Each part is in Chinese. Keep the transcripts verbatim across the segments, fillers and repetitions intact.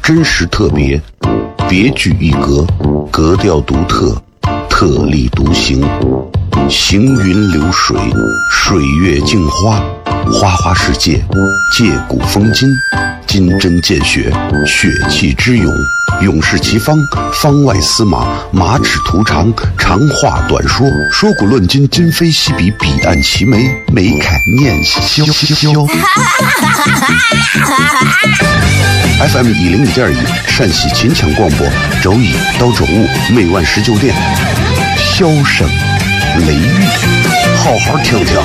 真实特别，别具一格，格调独特，特立独行，行云流水，水月镜花，花花世界，借古风今，金针见血，血气之勇，勇士齐方，方外司马，马齿图长，长话短说，说古论今，今非昔比，彼岸齐眉，眉凯念萧萧。F M 一零一点一陕西秦腔广播，周一到周五每晚十九点，萧声雷雨，好好听听。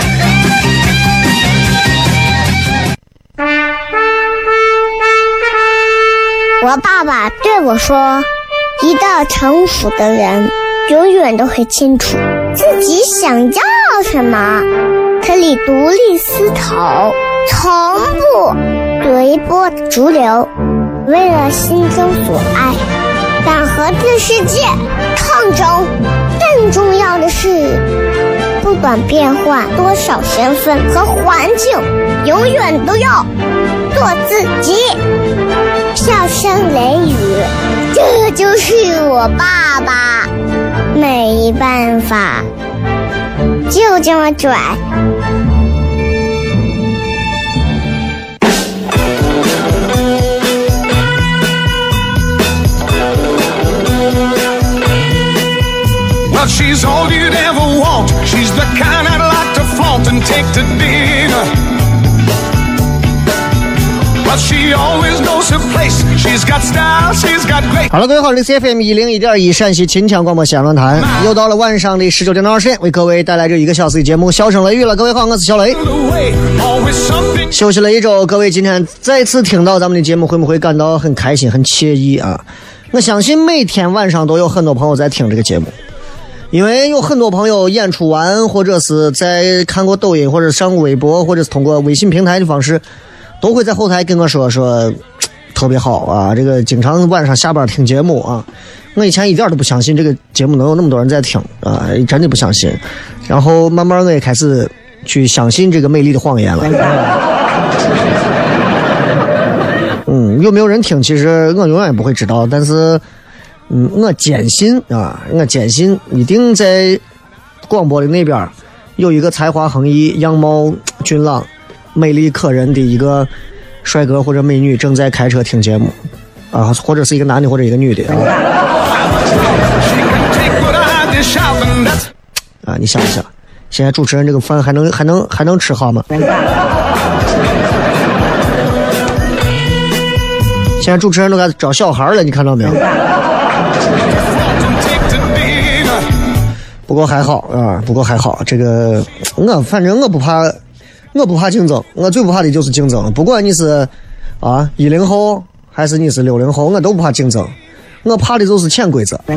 我爸爸对我说，一个成熟的人永远都会清楚自己想要什么，可以独立思考，从不随波逐流，为了心中所爱，敢和这世界抗争。更重要的是，不管变换多少身份和环境，永远都要做自己。笑声雷雨，这就是我爸爸，没办法，就这么拽。 Well, she's all you'd ever want. She's the kind I'd like to flaunt and take to dinner. But she always knows her place. She's got style, she's got grace. 好了，各位好，这是 F M 一零一点一陕西秦腔广播西安论坛，又到了晚上的十九点到二十点，为各位带来这一个小时的节目《笑声雷雨》了。各位好，我是小雷。休息了一周，各位今天再次听到咱们的节目，会不会感到很开心、很惬意啊？我相信每天晚上都有很多朋友在听这个节目。因为有很多朋友演出完，或者是在看过抖音，或者上微博，或者是通过微信平台的方式，都会在后台跟我说说特别好啊，这个经常晚上下班听节目啊。我以前一点都不相信这个节目能有那么多人在听啊，真的不相信。然后慢慢我也开始去相信这个美丽的谎言了。嗯，有没有人听其实我永远也不会知道，但是嗯，我坚信啊，我坚信一定在广播的那边有一个才华横溢、样貌俊朗、美丽可人的一个帅哥或者美女正在开车听节目啊，或者是一个男的或者一个女的啊。啊，你想一想，现在主持人这个饭还能还能还能吃好吗？现在主持人都该找小孩了，你看到没有？不过还好啊，不过还好，这个我反正我不怕，我不怕竞争，我最不怕的就是竞争。不管你是啊一零后还是你是六零后，我都不怕竞争，我怕的就是潜规则，啊，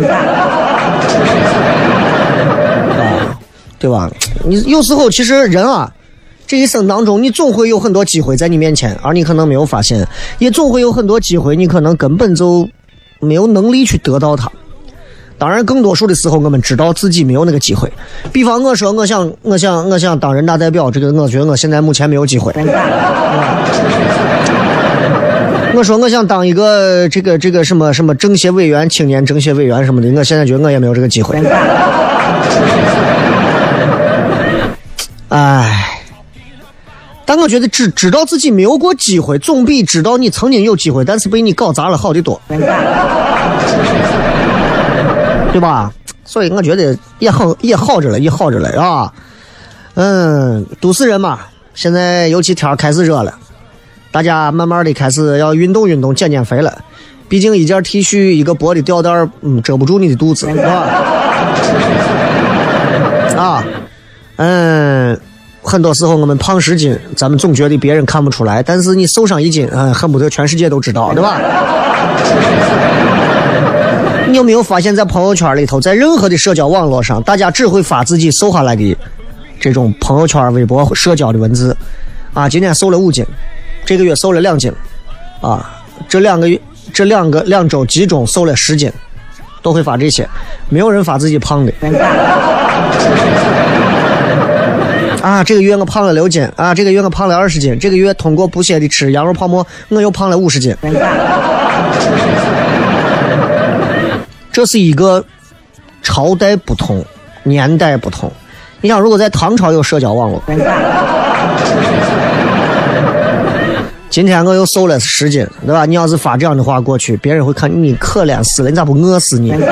对吧？你有时候其实人啊，这一生当中，你总会有很多机会在你面前，而你可能没有发现，也总会有很多机会，你可能根本就没有能力去得到它。当然更多数的时候我们知道自己没有那个机会，比方我说我想我想我想当人大代表，这个我觉得我现在目前没有机会。我说我想当一个这个这个什么什么政协委员、青年政协委员什么的，我现在觉得我也没有这个机会。唉，但我觉得知知道自己没有过机会，总比知道你曾经有机会但是被你搞砸了好得多。对吧？所以我觉得也好也好着了，也好着了啊。嗯，都市人嘛，现在尤其天开始热了，大家慢慢的开始要运动运动，减减肥了。毕竟一件 T 恤一个薄的吊带，嗯，遮不住你的肚子，是吧？啊，嗯，很多时候我们胖十斤，咱们总觉得别人看不出来，但是你瘦上一斤，嗯，恨不得全世界都知道，对吧？你有没有发现，在朋友圈里头，在任何的社交网络上，大家只会发自己瘦下来的这种朋友圈、微博、社交的文字啊，今天瘦了五斤，这个月瘦了两斤，啊，这两个月、这两个两周集中瘦了十斤，都会发这些，没有人发自己胖的。啊，这个月我胖了六斤啊，这个月我胖了二十斤，这个月通过不懈的吃羊肉泡馍，我又胖了五十斤。 这是一个朝代不同，年代不同。你想，如果在唐朝有社交网络，今天我又瘦了十斤，对吧？你要是发这样的话过去，别人会看你可怜死了，你咋不饿死你？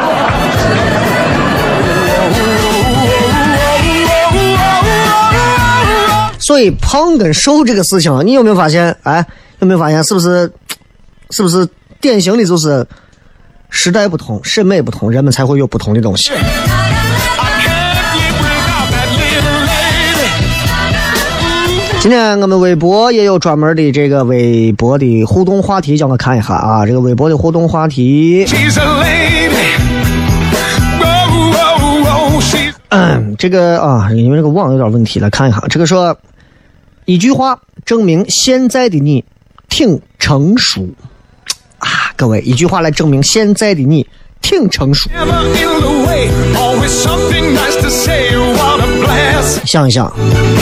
所以胖跟瘦这个事情，你有没有发现？哎，有没有发现？是不是？是不是典型的就是时代不同，审美不同，人们才会有不同的东西。今天我们微博也有专门的这个微博的互动话题，叫我看一下啊，这个微博的互动话题。嗯，这个啊，因为这个网有点问题，来看一下。这个说一句话证明现在的你挺成熟啊，各位，一句话来证明现在的你挺成熟。想一想。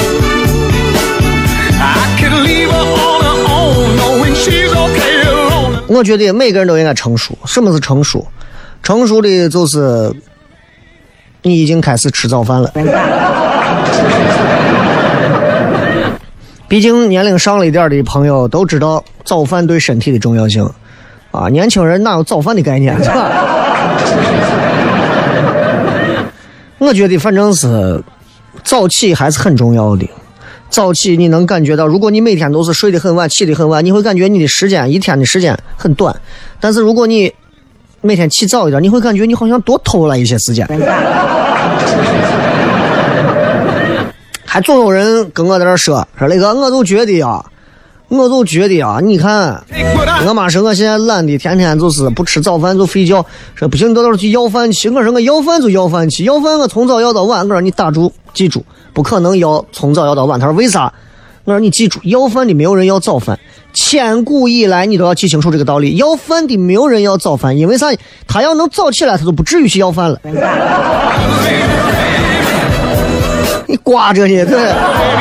我觉得每个人都应该成熟。什么是成熟？成熟的就是你已经开始吃早饭了。毕竟年龄上了一点的朋友都知道早饭对身体的重要性啊，年轻人哪有早饭的概念，是吧？我觉得反正是早起还是很重要的。早起你能感觉到，如果你每天都是睡得很晚起得很晚，你会感觉你的时间一天的时间很短，但是如果你每天起早一点，你会感觉你好像多偷了一些时间。还总有人跟我在这说说那个，我都觉得啊我都觉得啊你看我妈说我现在懒的天天就是不吃早饭就睡觉，说不行到时候去要饭去，我说我要饭就要饭去，要饭我从早要到晚，我说你打住记住不可能要从早要到晚。他说为啥？我说你记住，要饭的没有人要早饭，千古以来你都要记清楚这个道理，要饭的没有人要早饭，因为啥？他要能早起来他就不至于去要饭了。你挂着你对。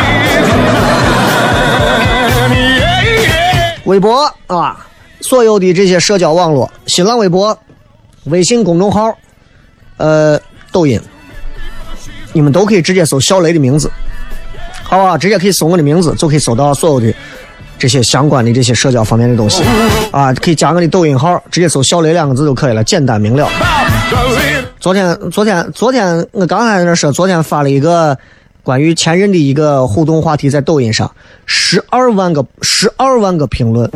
微博啊，所有的这些社交网络，新浪微博、微信公众号、呃抖音，你们都可以直接搜小雷的名字，好吧？直接可以搜我的名字，就可以搜到所有的这些相关的这些社交方面的东西啊。可以加我的抖音号，直接搜小雷两个字就可以了，简单明了。昨天昨天昨天我刚才在那说，昨天发了一个关于前任的一个互动话题，在抖音上十二万个十二万个评论，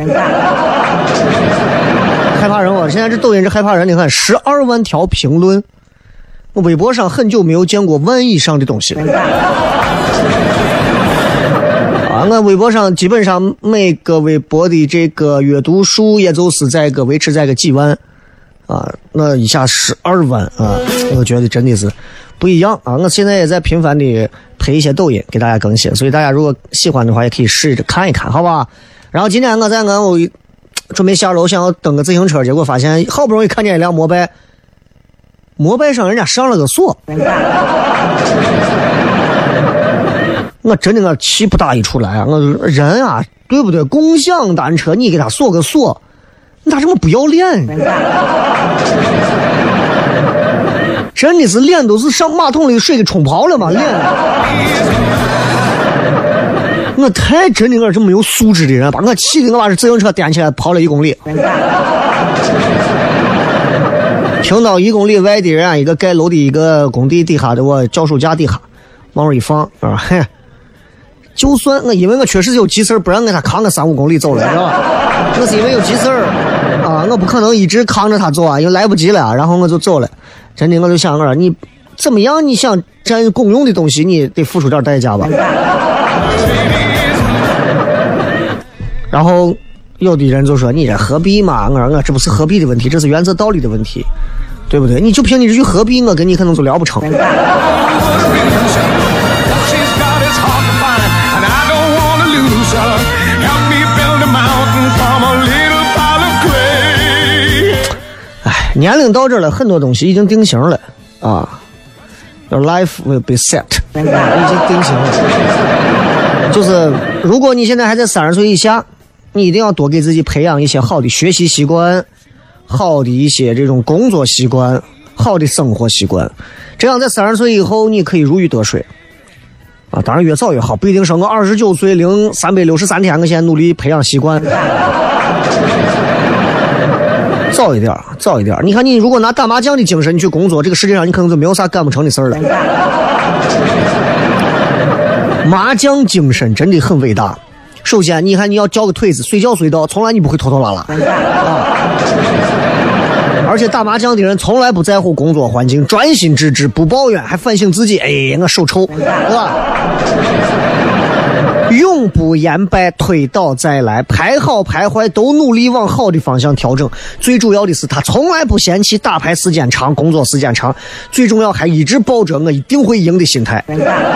害怕人我现在这抖音是害怕人，你看十二万条评论，我微博上很久没有见过万以上的东西了。啊，我微博上基本上每个微博的这个阅读数也就是在个维持在个几万啊，那一下十二万啊，我觉得真的是不一样啊！我现在也在频繁的拍一些抖音给大家更新，所以大家如果喜欢的话，也可以试着看一看，好吧？然后今天我在我我准备下楼想要蹬个自行车，结果发现好不容易看见一辆摩拜，摩拜上人家上了个锁，我真的我气不打一处来啊！我人啊，对不对？共享单车你给他锁个锁，你咋这么不要脸？真的是脸都是上马桶里水给冲泡了吗？脸，我太真的我这么有素质的人，把我气的我把这自行车颠起来跑了一公里。听到一公里外的人，一个盖楼的一个工地底下的我脚手架底下往这一放啊，嘿，就算我因为我确实有急事不让给他扛个三五公里走了，知道吧？我是因为有急事啊，我不可能一直扛着他走啊，因为来不及了，然后我就走了。真的我就想着你怎么样，你想占公用的东西你得付出点代价吧。然后有的人就说你这何必嘛，我说我这不是何必的问题，这是原则道理的问题，对不对？你就凭你这句何必，我跟你可能就聊不成。哎，年龄到这儿了，很多东西已经定型了啊。Your life will be set， 已经定型了。就是如果你现在还在三十岁以下你一定要多给自己培养一些好的学习习惯，好的一些这种工作习惯，好的生活习惯，这样在三十岁以后你可以如鱼得水啊！当然越早越好，不一定说我二十九岁零三百六十三天，我现在努力培养习惯，早一点，早一点。你看，你如果拿打麻将的精神去工作，这个世界上你可能就没有啥干不成的事儿了。麻将精神真的很伟大。首先，你看你要叫个腿子，随叫随到，从来你不会拖拖拉拉啊。而且打麻将的人从来不在乎工作环境，专心致志，不抱怨，还反省自己。哎，我手抽，对吧？永不言败，推倒再来，排好排坏都努力往好的方向调整。最主要的是，他从来不嫌弃打牌时间长，工作时间长。最重要，还一直抱着我一定会赢的心态。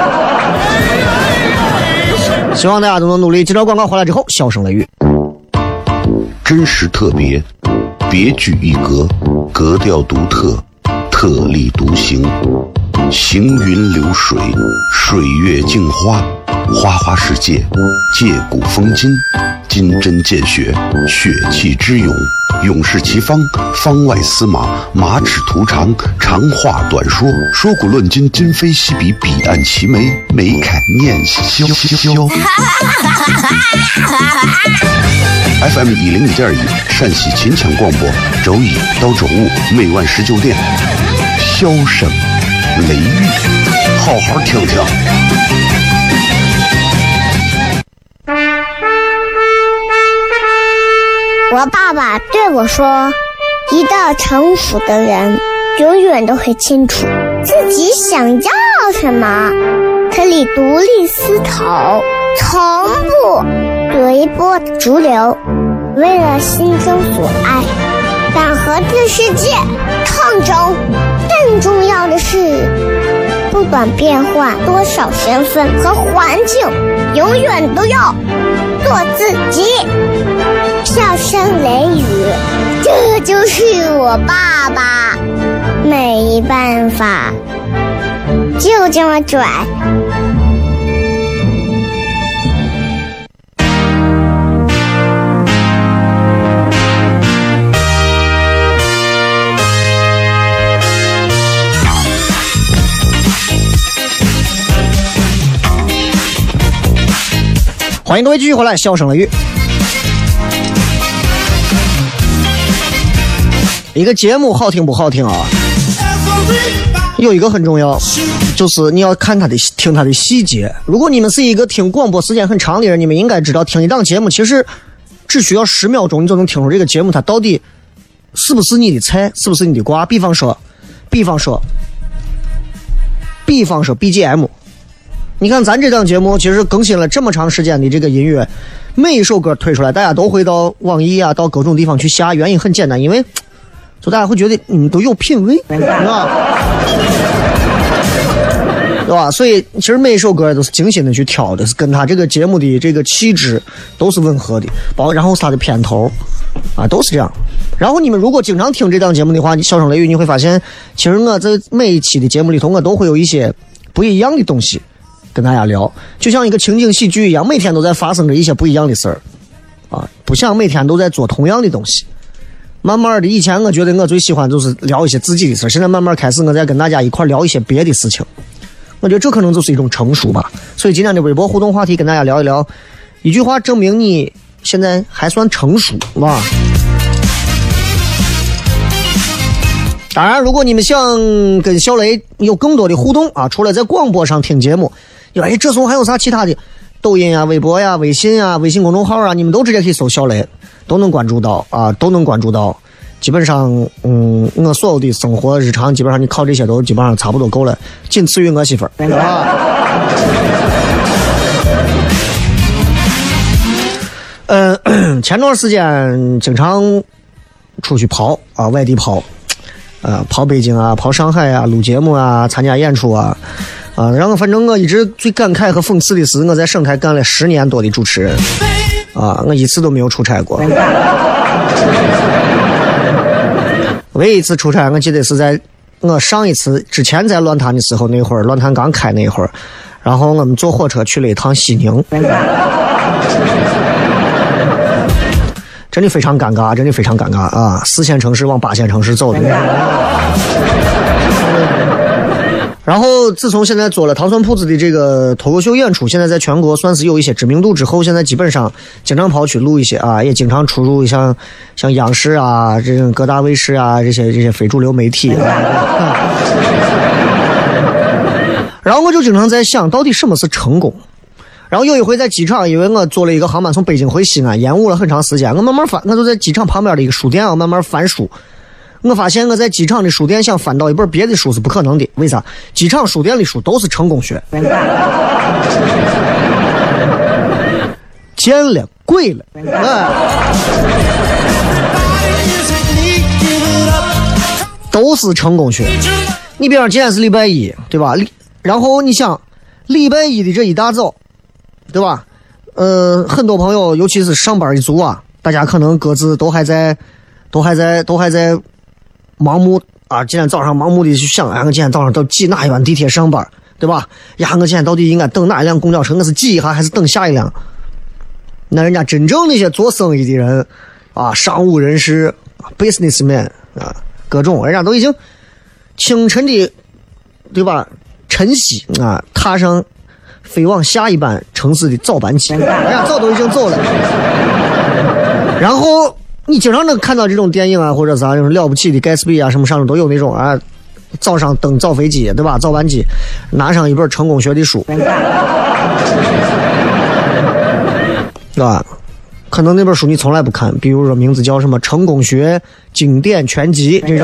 希望大家都能努力。接着广告回来之后，笑声雷雨， 真实特别，别具一格，格调独特，特立独行，行云流水，水月镜花，花花世界，借古风今，金针见血，血气之勇，勇士其方，方外司马，马齿图长，长话短说，说古论今，今非昔比，彼岸齐眉，眉开眼笑。F M 一零一点一，陕西秦腔广播，周一到周五每晚十九点，笑声雷雨，好好听听。 我爸爸对我说，一个成熟的人永远都会清楚自己想要什么，可以独立思考，从不随波逐流，为了心中所爱，敢和这世界抗争。更重要的是，不管变换多少身份和环境，永远都要做自己。笑声雷雨，这就是我爸爸，没办法，就这么拽。 欢迎各位继续回来，笑声雷雨。一个节目好听不好听啊，有一个很重要，就是你要看他的听他的细节。如果你们是一个听广播时间很长的人，你们应该知道，听一档节目其实只需要十秒钟，你就能听出这个节目它到底是不是你的菜，是不是你的瓜。比方说，比方说，比方说 B G M。你看咱这档节目其实更新了这么长时间的这个音乐，每一首歌推出来大家都会到网易啊，到各种地方去下，原因很简单，因为就大家会觉得你们都有品味，对吧？对吧？所以其实每一首歌都是精心的去挑的，是跟他这个节目的这个气质都是吻合的，包括然后是他的片头啊，都是这样。然后你们如果经常听这档节目的话，你笑声雷雨你会发现，其实我在每一期的节目里头，我都会有一些不一样的东西跟大家聊，就像一个情景喜剧一样，每天都在发生着一些不一样的事儿啊，不像每天都在做同样的东西。慢慢的，以前我觉得我最喜欢就是聊一些自己的事儿，现在慢慢开始我在跟大家一块聊一些别的事情。我觉得这可能就是一种成熟吧。所以今天的微博互动话题跟大家聊一聊，一句话证明你现在还算成熟，是吧？当然，如果你们想跟小雷有更多的互动啊，除了在广播上听节目，哎，这时候还有啥其他的？抖音啊、微博呀、啊、微信啊、微信公众号啊，你们都直接可以搜小雷，都能关注到啊，都能关注到。基本上，嗯，我所有的生活日常，基本上你靠这些都基本上差不多够了，仅次于我媳妇儿。啊嗯，前段时间经常出去跑啊，外地跑。呃，跑北京啊，跑上海啊，录节目啊，参加演出啊，啊，然后反正我一直最感慨和讽刺的是，我在省台干了十年多的主持人，啊，我一次都没有出差过。唯一一次出差，我记得是在我上一次之前在乱坛的时候，那会儿乱坛刚开那会儿，然后我们坐火车去了一趟西宁。 真的非常尴尬，真的非常尴尬啊！四线城市往八线城市走的。然后自从现在做了糖蒜铺子的这个脱口秀演出，现在在全国算是有一些知名度之后，现在基本上经常跑去录一些啊，也经常出入像像央视啊、这种各大卫视啊这些这些非主流媒体、啊。然后我就经常在想，到底什么是成功？然后有一回在机场，因为我坐了一个航班从北京回西安，延误了很长时间，我慢慢翻，我就在机场旁边的一个书店啊，慢慢翻书。我发现我在机场的书店想翻到一本别的书是不可能的，为啥？机场书店的书都是成功学，见了贵了，哎，都是成功学。你比方今天是礼拜一，对吧？然后你想礼拜一的这一大早，对吧？呃，很多朋友，尤其是上班一族啊，大家可能各自都还在，都还在，都还在。盲目啊！今天早上盲目的去想，哎，我今天早上到挤哪一班地铁上班，对吧？呀，我今天到底应该等哪一辆公交车？我是挤一下还是等下一辆？那人家真正那些做生意的人啊，商务人士、businessman 啊，各种人家都已经清晨的，对吧？晨曦啊，踏上飞往下一班城市的早班机，人家早都已经走了，然后。你经常能看到这种电影啊，或者啥，就是了不起的盖茨比啊，什么上面都有那种啊，早上登早飞机，对吧？早班机，拿上一本成功学的书，对吧？可能那本书你从来不看，比如说名字叫什么《成功学经典全集》这种。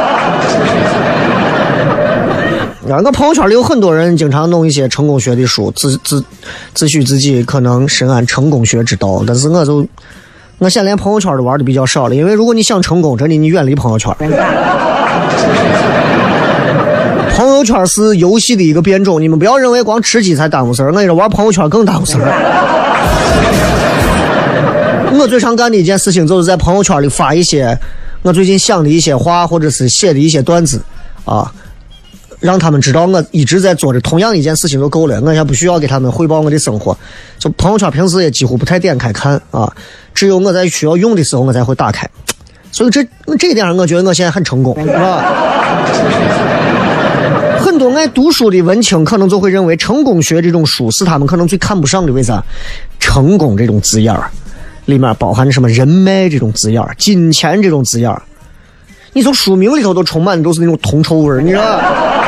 啊，我朋友圈里有很多人经常弄一些成功学的书，自自自诩自己可能深谙成功学之道，但是我就。我现在连朋友圈都玩的比较少了，因为如果你想成功，真的你远离朋友圈。朋友圈是游戏的一个变种，你们不要认为光吃鸡才耽误事儿，我跟你说玩朋友圈更耽误事儿。我最常干的一件事情就是在朋友圈里发一些我最近想的一些话，或者是写的一些段子啊，让他们知道我一直在做着同样一件事情就够了，我也不需要给他们汇报我的生活。就朋友圈平时也几乎不太点开看啊，只有我在需要用的时候我才会打开。所以这这一点上我觉得我现在很成功，是吧？很多爱读书的文青可能就会认为成功学这种书是他们可能最看不上的，为啥？成功这种字眼儿里面包含什么人脉这种字眼儿、金钱这种字眼儿，你从书名里头都充满的都是那种铜臭味，你知道？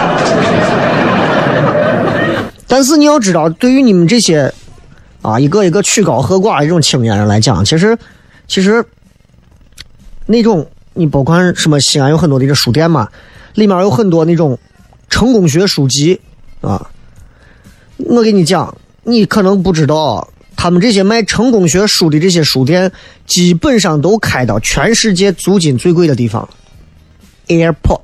但是你要知道，对于你们这些啊一个一个曲高和寡的这种青年人来讲，其实其实那种你包括什么西安有很多的这书店嘛，里面有很多那种成功学书籍啊。我给你讲，你可能不知道，他们这些卖成功学书的这些书店基本上都开到全世界租金最贵的地方 Airport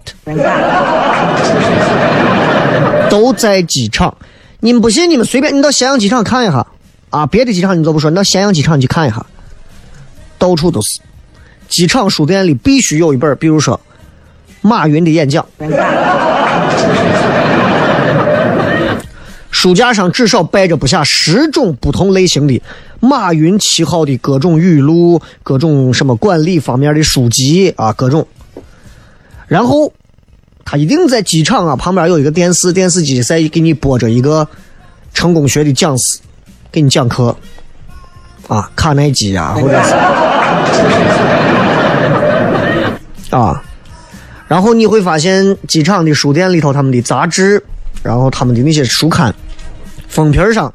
都在机场。你们不信，你们随便你到咸阳机场看一下啊，别的机场你都不说，你到咸阳机场去看一下，到处都是。机场书店里必须有一本，比如说马云的演讲，书架上至少摆着不下十种不同类型的马云旗号的各种语录，各种什么管理方面的书籍啊，各种。然后他一定在机场啊旁边有一个电视，电视机在给你播着一个成功学的讲师给你讲课啊，卡耐基啊，或者是啊，然后你会发现机场的书店里头他们的杂志，然后他们的那些书刊封皮上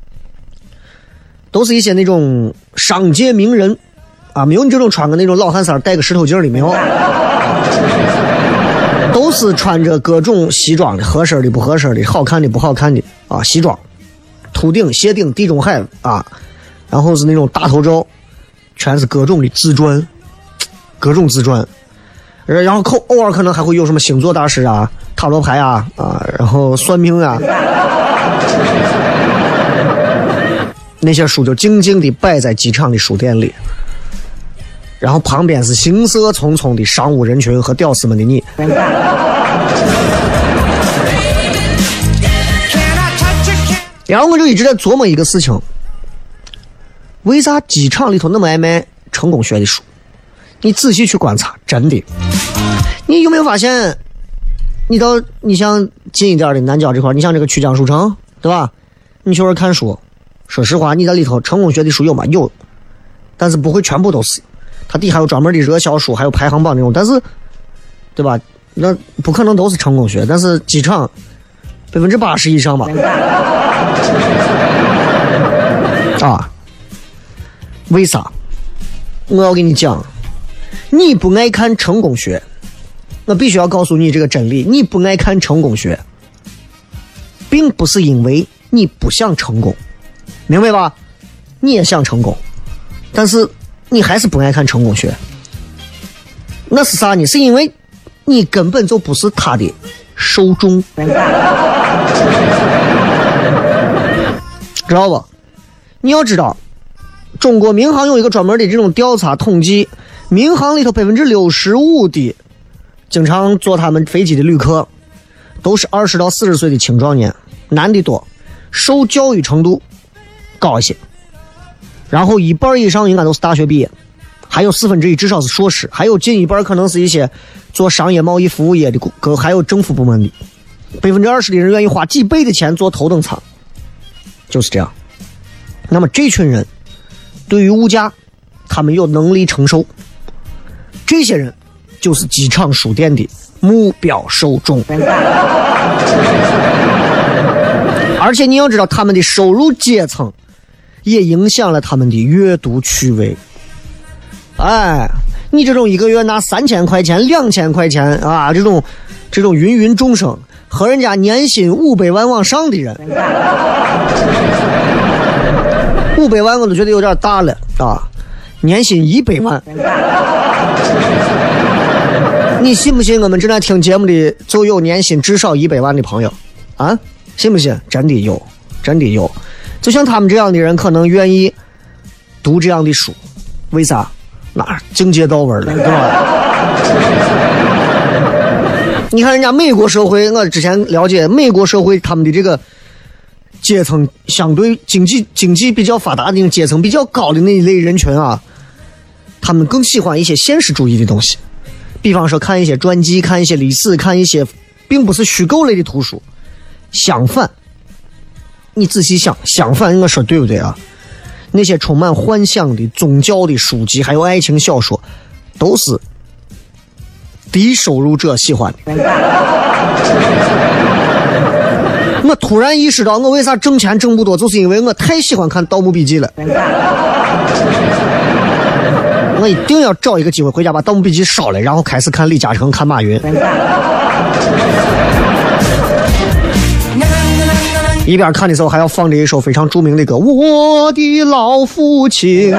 都是一些那种商界名人啊，没有你这种穿个那种老汉衫戴个石头镜的，没有，都是穿着各种西装的，合身的不合身的，好看的不好看的啊，西装秃顶斜顶地中海啊，然后是那种大头照，全是各种的自传，各种自传，然后偶尔可能还会有什么星座大师啊、塔罗牌啊啊，然后算命啊，那些书就静静地摆在机场的书店里，然后旁边是行色匆匆的商务人群和屌丝们的你。然后我就一直在琢磨一个事情，为啥机场里头那么爱卖成功学的书。你仔细去观察，真的。你有没有发现，你到你像近一点的南郊这块，你像这个曲江书城，对吧？你去那看书，说实话，你在里头成功学的书有吗？有，但是不会全部都是。它底还有专门的热销书，还有排行榜那种，但是，对吧？那不可能都是成功学，但是几场百分之八十以上吧。啊，为啥？我要跟你讲。你不爱看成功学，我必须要告诉你这个真理，你不爱看成功学并不是因为你不想成功，明白吧？你也想成功，但是你还是不爱看成功学，那是啥呢？是因为你根本就不是他的受众，知道吧？你要知道中国民航有一个专门的这种调查统计，民航里头百分之六十五的经常坐他们飞机的旅客都是二十到四十岁的青壮年，男的多，受教育程度高一些，然后一半以上应该都是大学毕业，还有四分之一至少是硕士，还有近一半可能是一些做商业贸易服务业的，还有政府部门的，百分之二十的人愿意花几倍的钱坐头等舱，就是这样。那么这群人对于物价他们有能力承受，这些人就是机场书店的目标受众。而且你要知道，他们的收入阶层也影响了他们的阅读趣味。哎，你这种一个月拿三千块钱、两千块钱啊，这种这种芸芸众生和人家年薪五百万往上的人，五百万我都觉得有点大了啊！年薪一百万，你信不信？我们正在听节目的就有年薪至少一百万的朋友啊？信不信？真的有，真的有。就像他们这样的人，可能愿意读这样的书，为啥？哪境界到位了，对吧？你看人家美国社会，我之前了解美国社会，他们的这个阶层相对经济经济比较发达的阶层比较高的那一类人群啊，他们更喜欢一些现实主义的东西，比方说看一些传记，看一些历史，看一些并不是虚构类的图书。相反，你仔细想，相反我说对不对啊？那些充满幻想的宗教的书籍还有爱情小说都是低收入者喜欢的。我突然意识到我为啥挣钱挣不多，就是因为我太喜欢看《盗墓笔记》了。我一定要找一个机会回家把《盗墓笔记》烧了，然后开始看李嘉诚，看马云。一边看的时候还要放着一首非常著名的歌《我的老父亲》。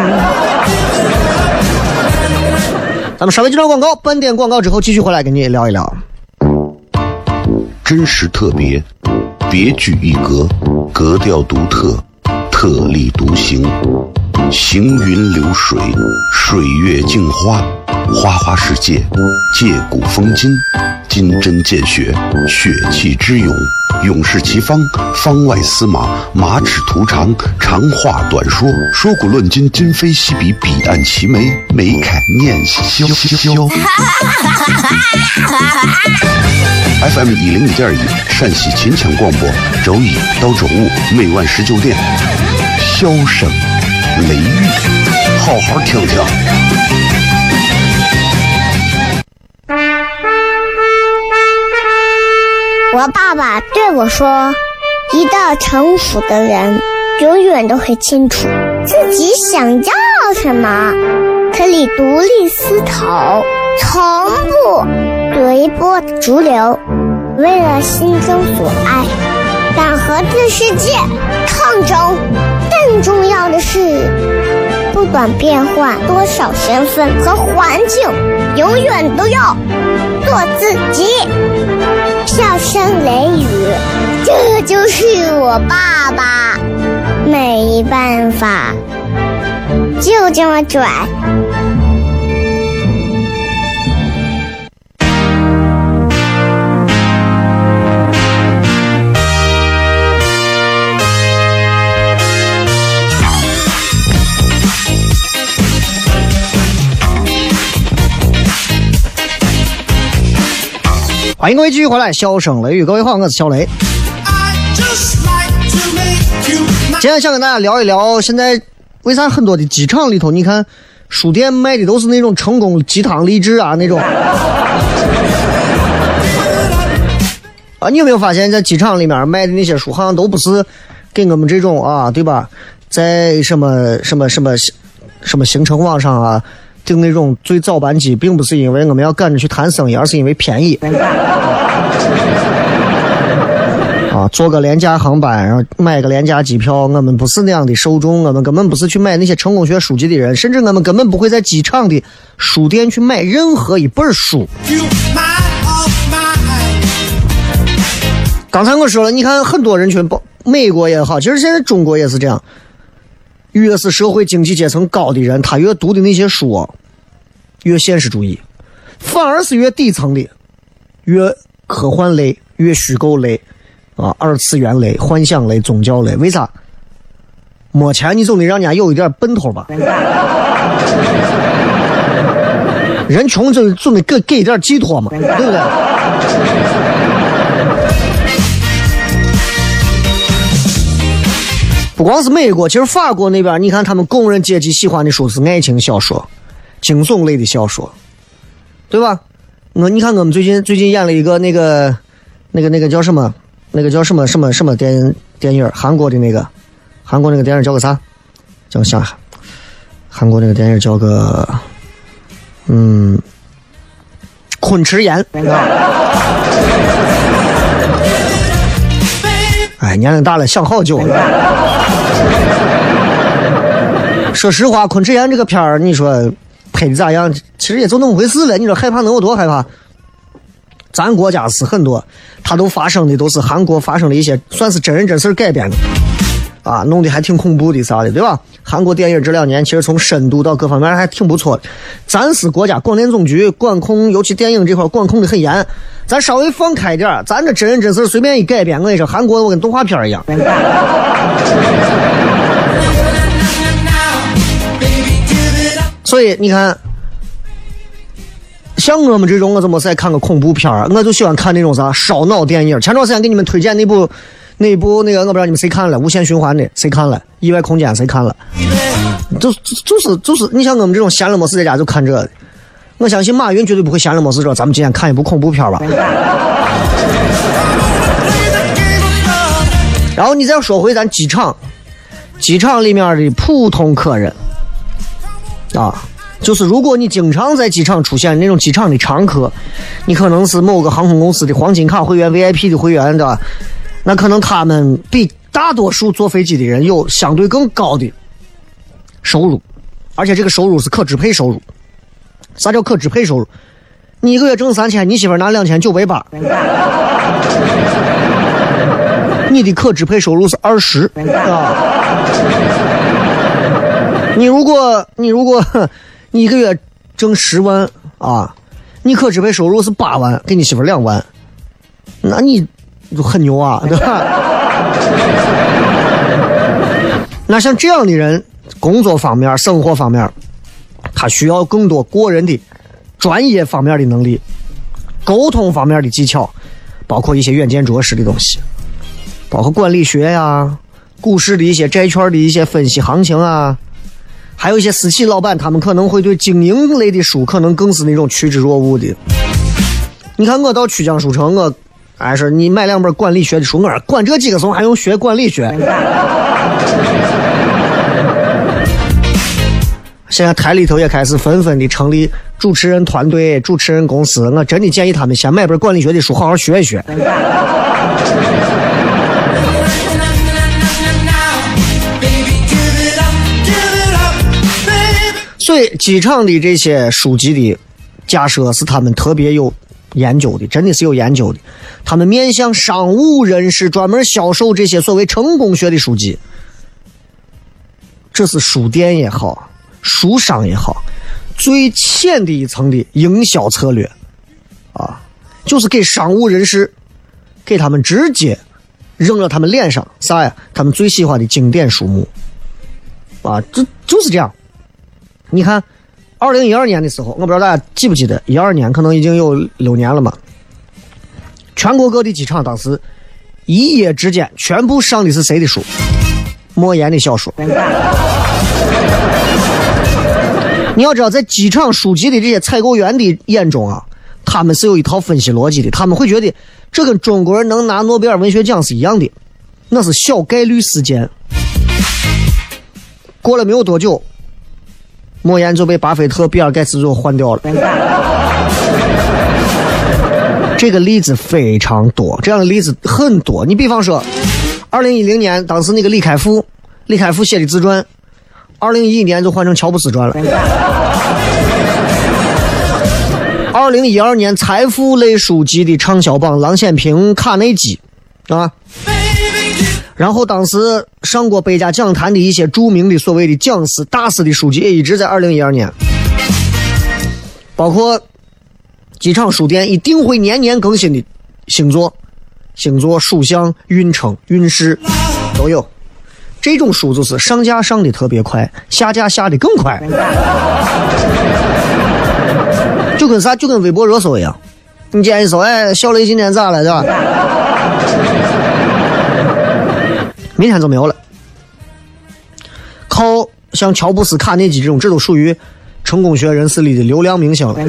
咱们稍微接段广告，半点广告之后继续回来跟你聊一聊。 真实特别，别具一格，格调独特，特立独行，行云流水，水月镜花，花花世界，借古风今，金针见血，血气之勇，勇士齐方，方外司马，马齿图长，长话短说，说古论今，今非昔比，彼岸齐眉，眉开念萧萧。F M 一零一点一陕西秦腔广播，周一到周五每晚十九点，箫声雷雨，好好听听。 我爸爸对我说，一个成熟的人永远都会清楚自己想要什么，可以独立思考，从不随波逐流，为了心中所爱，敢和这世界抗争。更重要的是，不管变换多少身份和环境，永远都要做自己。笑声雷雨，这就是我爸爸，没办法，就这么拽。 欢迎各位继续回来，笑声雷雨，各位好，我是小雷。今天想跟大家聊一聊，现在为啥很多的机场里头，你看书店卖的都是那种成功鸡汤励志啊那种。啊，你有没有发现，在机场里面卖的那些书，好像都不是给我们这种啊，对吧？在什么什么什么什么行程网上啊，订那种最早班机，并不是因为我们要赶着去谈生意，而是因为便宜。啊，坐个廉价航班，然后买个廉价机票，我们不是那样的受众，我们根本不是去买那些成功学书籍的人，甚至我们根本不会在机场的书店去买任何一本书。刚才我说了，你看很多人群，美国也好，其实现在中国也是这样，越是社会经济阶层高的人，他越读的那些书越现实主义，反而是越底层的越科幻类，越虚构类啊，二次元类、幻想类、宗教类。为啥？没钱你总得让人家有一点奔头吧。人穷就总得给给一点寄托嘛，对不对？不光是美国，其实法国那边，你看他们工人阶级喜欢的书是爱情小说、惊悚类的小说，对吧？我你看我们最近最近演了一个那个那个那个叫什么？那个叫什么什么什么电电影？韩国的那个，韩国那个电影叫个啥？叫个想韩国那个电影叫个嗯，昆池岩。哎，年龄大了想好久了。说实话，昆池岩这个片儿，你说拍的咋样？其实也就那么回事了。你说害怕能有多害怕？咱国家是很多，它都发生的都是韩国发生的一些算是真人真事改编的，啊，弄得还挺恐怖的啥的，对吧？韩国电影这两年其实从深度到各方面还挺不错的。咱是国家广电总局管控，尤其电影这块管控的很严，咱稍微放开点，咱这真人真事随便一改编，我跟你说，韩国我跟动画片一样。所以你看，像我们这种，我怎么再看个恐怖片儿？我就喜欢看那种啥烧脑电影。前段时间给你们推荐那部，那部那个我不知道你们谁看了，无限循环的谁看了？意外空间谁看了？就就是就是，你像我们这种闲了没事在家就看这个。我相信马云绝对不会闲了没事说，咱们今天看一部恐怖片吧。然后你再说回咱机场，机场里面的普通客人。啊，就是如果你经常在机场出现那种机场的常客，你可能是某个航空公司的黄金卡会员 V I P 的会员的，那可能他们比大多数坐飞机的人有相对更高的收入，而且这个收入是可支配收入。啥叫可支配收入？你一个月挣三千，你媳妇拿两千九百八，你的可支配收入是二十啊。你如果你如果你一个月挣十万啊，你可支配收入是八万，给你媳妇两万，那你就很牛啊，对吧？那像这样的人，工作方面、生活方面，他需要更多过人的专业方面的能力，沟通方面的技巧，包括一些远见卓识的东西，包括管理学呀、股市的一些债券的一些分析行情啊。还有一些私企老板，他们可能会对经营类的书可能更是那种趋之若鹜的。你看我到曲江书城，我哎说你买两本管理学的书，我说管这几个怂还用学管理学？现在台里头也开始纷纷的成立主持人团队、主持人公司，我真的建议他们先买本管理学的书，好好学一学。所以机场的这些书籍的假设是他们特别有研究的，真的是有研究的。他们面向商务人士专门销售这些所谓成功学的书籍，这是书店也好，书商也好，最浅的一层的营销策略啊，就是给商务人士，给他们直接扔到他们脸上啥呀？他们最喜欢的经典书目啊，这就是这样。你看二零一二年的时候，我不知道大家记不记得，一二年可能已经有六年了嘛。 全国各地机场当时一夜之间全部上的是谁的书？莫言的小说。你要知道，在机场书籍的这些采购员的眼中啊，他们是有一套分析逻辑的，他们会觉得这跟中国人能拿诺贝尔文学奖是一样的，那是小概率事件。过了没有多久，莫言就被巴菲特、比尔盖茨就换掉了。这个例子非常多，这样的例子很多。你比方说二零一零年当时那个李开复李开复写的自传，二零一一年就换成乔布斯传了。二零一二年财富类书籍的畅销榜，郎咸平、卡内基啊，然后当时上过百家讲坛的一些著名的所谓的讲师大师的书籍也一直在二零一二年，包括机场书店一定会年年更新的星座、星座、属相、运程、运势都有。这种书就是上架上的特别快，下架下的更快，就跟啥？就跟微博热搜一样。你今天一搜，哎，小雷今天咋了，对吧？明天就没有了。靠像乔布斯、卡内基这种，这都属于成功学人士里的流量明星了，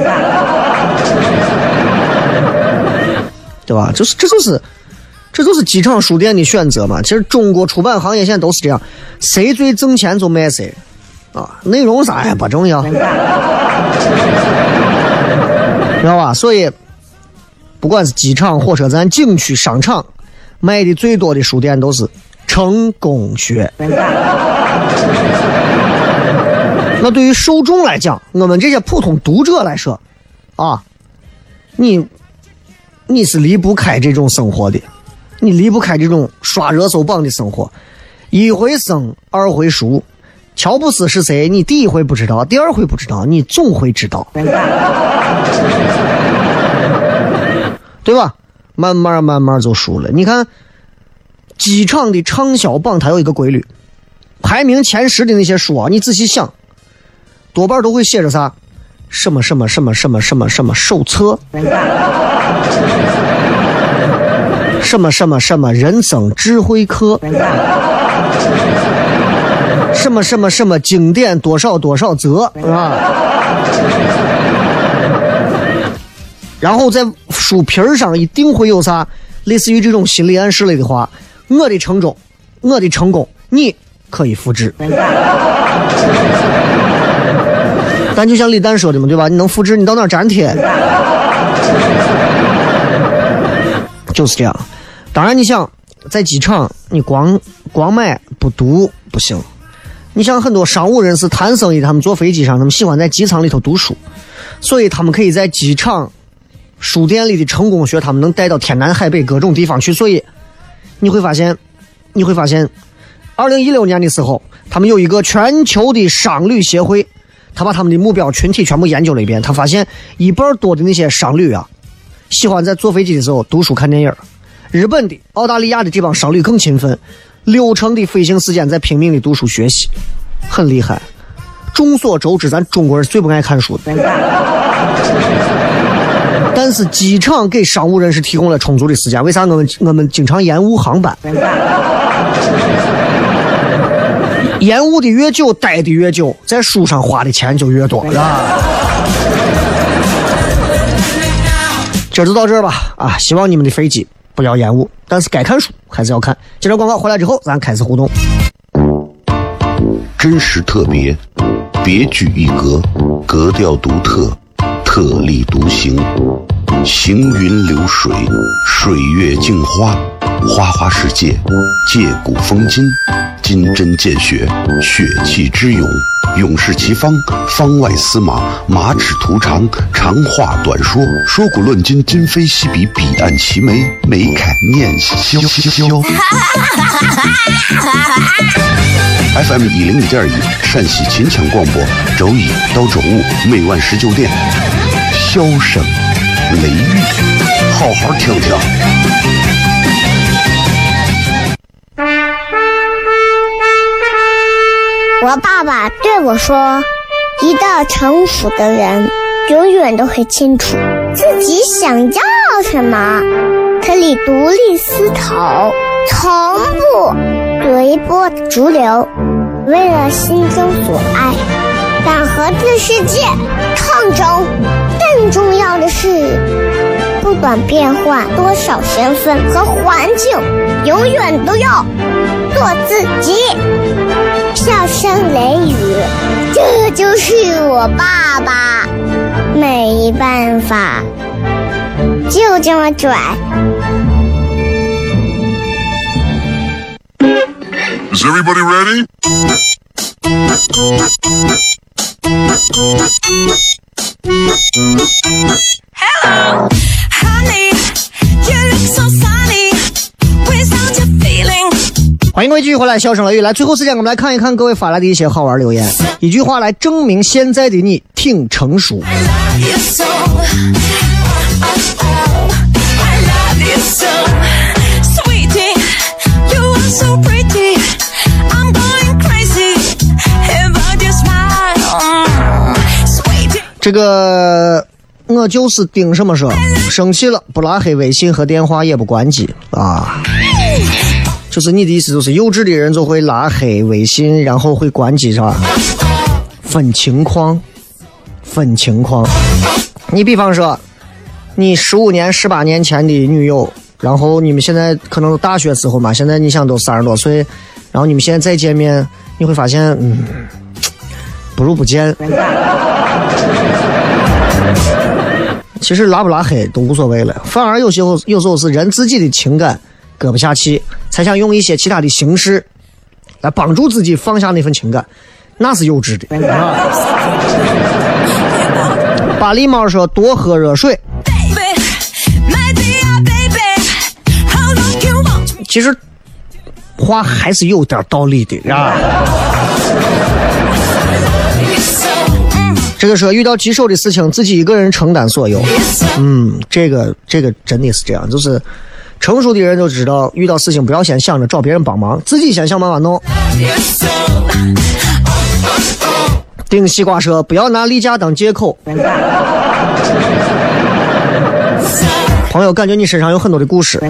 对吧？就是这就是这就是机场书店的选择嘛。其实中国出版行业现在都是这样，谁最挣钱就卖谁啊，内容啥也不重要，知道吧？所以不管是机场、火车站、景区、商场，卖的最多的书店都是成功学。那对于受众来讲，我们这些普通读者来说啊，你你是离不开这种生活的，你离不开这种刷热搜榜的生活。一回生二回熟，乔布斯是谁，你第一回不知道，第二回不知道，你总会知道，对吧？慢慢慢慢就熟了。你看机场的畅销榜它有一个规律，排名前十的那些书啊，你仔细想，多半都会写着啥什么什么什么什么什么什么手册，什么什么什么人生智慧课，什么什么什么经典多少多少则啊。然后在书皮上一定会有啥类似于这种心理暗示类的话，我的成功我的成功你可以复制。但就像李诞说的嘛，对吧？你能复制你到哪儿粘贴，就是这样。当然你想在机场你光光买不读不行，你像很多商务人士谈生意，他们坐飞机上他们喜欢在机舱里头读书，所以他们可以在机场书店里的成功学他们能带到天南海北各种地方去。所以你会发现你会发现二零一六年的时候，他们有一个全球的商旅协会，他把他们的目标群体全部研究了一遍，他发现一半多的那些商旅啊，喜欢在坐飞机的时候读书看电影。日本的、澳大利亚的这帮商旅更勤奋，六成的飞行时间在拼命的读书学习，很厉害。众所周知，咱中国人最不爱看书的，但是机场给商务人士提供了充足的时间。为啥我们我们经常延误航班？延误的越久，待的越久，在书上花的钱就越多，是吧？今儿就到这儿吧，啊，希望你们的飞机不要延误，但是该看书还是要看。接着广告回来之后，咱开始互动。 真实特别，别具一格，格调独特，特立独行，行云流水，水月镜花，花花世界，借古风今，金针见血，血气之勇，勇士齐方，方外司马，马齿图长，长话短说，说古论今，今非昔比，彼岸齐眉，眉开眼笑。F M 一零一点一，陕西秦腔广播，周一到周五每晚十九点，箫声雷雨，好好听听。 我爸爸对我说，一个成熟的人永远都会清楚自己想要什么， 可以独立思考，从不随波逐流，为了心中所爱，敢和这世界抗争。更重要的是，不管变换多少身份和环境，永远都要做自己。笑声雷雨，这就是我爸爸，没办法，就这么拽。 Is everybody ready? Hello, honey, you look so sunny without your feeling. 欢迎各位继续回来，笑声雷雨。来，最后时间我们来看一看各位发来的一些好玩留言，一句话来证明现在的你挺成熟。 I love you so, oh, oh, oh. I love you so, sweetie, you are so pretty. I'm going crazy about your smile, sweetie. 这个我就是顶什么说，生气了不拉黑微信和电话也不关机啊。就是你的意思就是幼稚的人就会拉黑微信，然后会关机是吧？分情况，分情况。你比方说，你十五年、十八年前的女友，然后你们现在可能大学时候嘛，现在你想都三十多岁，然后你们现在再见面，你会发现，嗯，不如不见。其实拉不拉黑都无所谓了，反而有时候有时候是人自己的情感搁不下去，才想用一些其他的形式来帮助自己放下那份情感，那是幼稚的。巴黎猫说多喝热水。其实话还是有点道理的啊。这个说遇到棘手的事情自己一个人承担所有，嗯，这个这个真的是这样，就是成熟的人就知道遇到事情不要先想着找别人帮忙，自己先想办法弄。顶西瓜说不要拿例假当借口。朋友感觉你身上有很多的故事。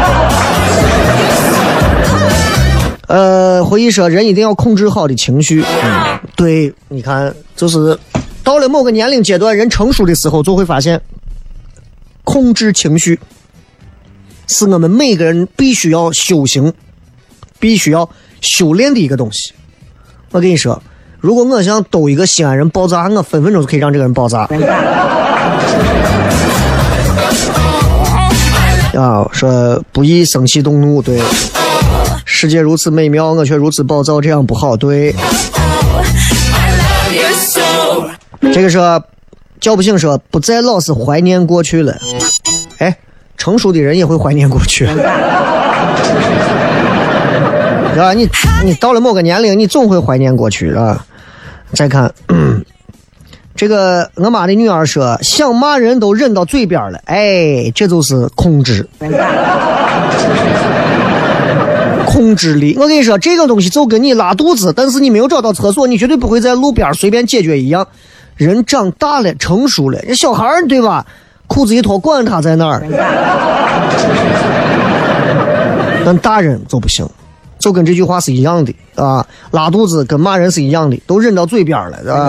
呃，回忆说人一定要控制好的情绪。嗯，对，你看就是到了某个年龄阶段，人成熟的时候就会发现控制情绪是我们每个人必须要修行必须要修炼的一个东西。我跟你说，如果我想逗一个西安人爆炸，我分分钟就可以让这个人爆炸。啊，说不宜生气动怒，对，世界如此美妙，我却如此暴躁，这样不好，对。这个说叫不醒说不再老是怀念过去了，哎，成熟的人也会怀念过去。啊，你你到了某个年龄，你总会怀念过去啊。再看，嗯，这个我妈的女儿说，想骂人都忍到嘴边了，哎，这就是控制，控制力。我跟你说，这个东西就跟你拉肚子，但是你没有找到厕所，你绝对不会在路边随便解决一样。人长大了，成熟了，小孩儿对吧？裤子一脱，管他在那儿。但大人就不行。就跟这句话是一样的啊，拉肚子跟骂人是一样的，都忍到嘴边了啊。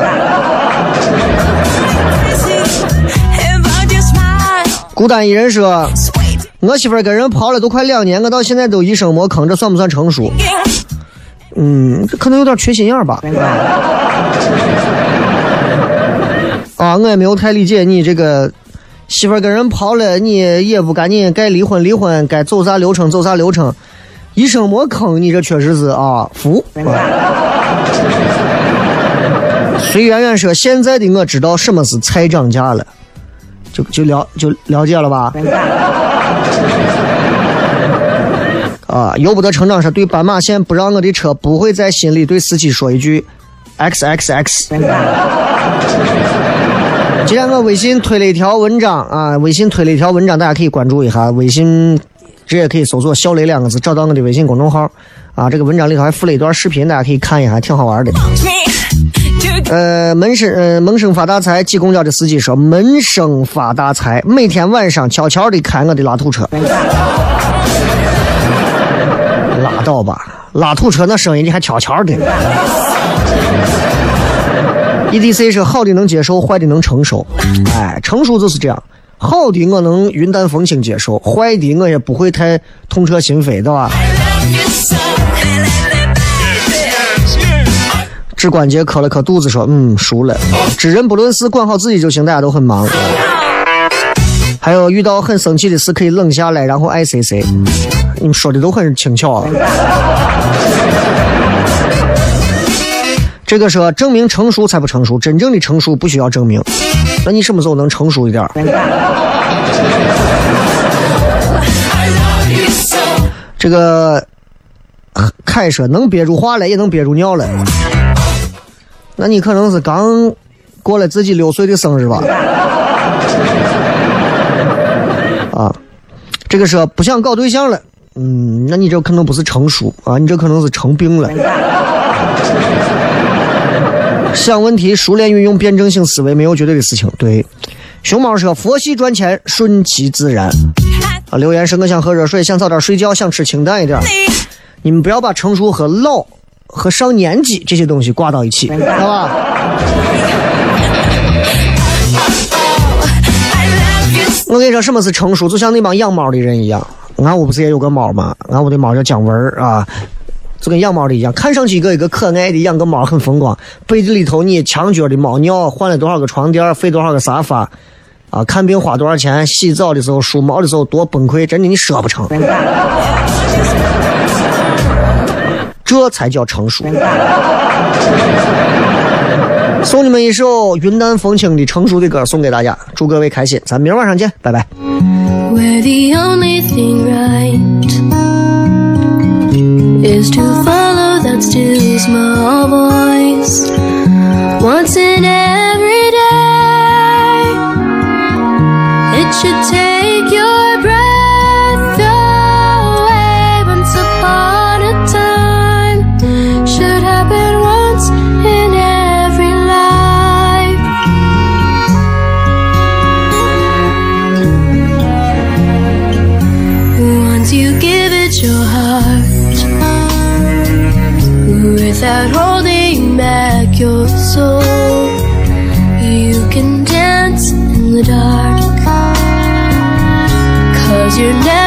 孤单一人说，我媳妇儿跟人跑了都快两年，我到现在都一声没吭，这算不算成熟？嗯，这可能有点缺心眼吧。啊，我也没有太理解你这个媳妇儿跟人跑了，你也不赶紧该离婚离婚，该走啥流程走啥流程。一声没吭，你这确实是啊，服。随圆圆说，现在的我知道什么是菜涨价了，就就了就了解了吧？啊，由不得成长说，对斑马线不让我的车，不会在心里对司机说一句 X X X。既然我微信推了一条文章啊，微信推了一条文章，大家可以关注一下微信。直接可以搜索小雷两个字，找到我的微信公众号啊，这个文章里头还附了一段视频，大家可以看一下，挺好玩的。 呃，门生呃门生发大财，挤公交的司机说门生发大财，每天晚上悄悄地开我的拉土车。拉倒吧，拉土车那声音你还悄悄的。E D C 是好的能接受，坏的能承受。哎，成熟就是这样，好的我能云淡风轻接受，坏的我也不会太痛彻心扉，对吧？指关节磕了磕肚子说嗯熟了。知人不论事，管好自己就行，大家都很忙。还有遇到很生气的事可以冷下来然后爱谁谁，你们说的都很轻巧啊。这个说证明成熟才不成熟，真正的成熟不需要证明。那你什么时候能成熟一点？这个凯说能憋住话来也能憋住尿来，那你可能是刚过了自己六岁的生日吧。啊，这个说不想搞对象了，嗯，那你这可能不是成熟啊，你这可能是成病了。想问题熟练运用辩证性思维，没有绝对的事情。对，熊猫说佛系赚钱，顺其自然。啊，留言是我想喝热水，想早点睡觉，想吃清淡一点。你们不要把成熟和老和上年纪这些东西挂到一起，好吧？我跟你说什么是成熟，就像那帮养猫的人一样。俺屋不是也有个猫吗？俺屋的猫叫姜文啊，就跟养猫的一样，看上去一个一个可爱的，养个猫很风光，背地里头你墙角的猫尿，换了多少个床垫，费多少个沙发啊，看病花多少钱，洗澡的时候梳毛的时候多崩溃，真的你舍不成。这才叫成熟。送你们一首云淡风轻的成熟的歌送给大家，祝各位开心，咱明儿晚上见，拜拜。 Where the only thing right is to follow that still small voice once in every day. It should take your breath away. Once upon a time should happen once in every life. Once you give it your heart without holding back your soul, you can dance in the dark, 'cause you're never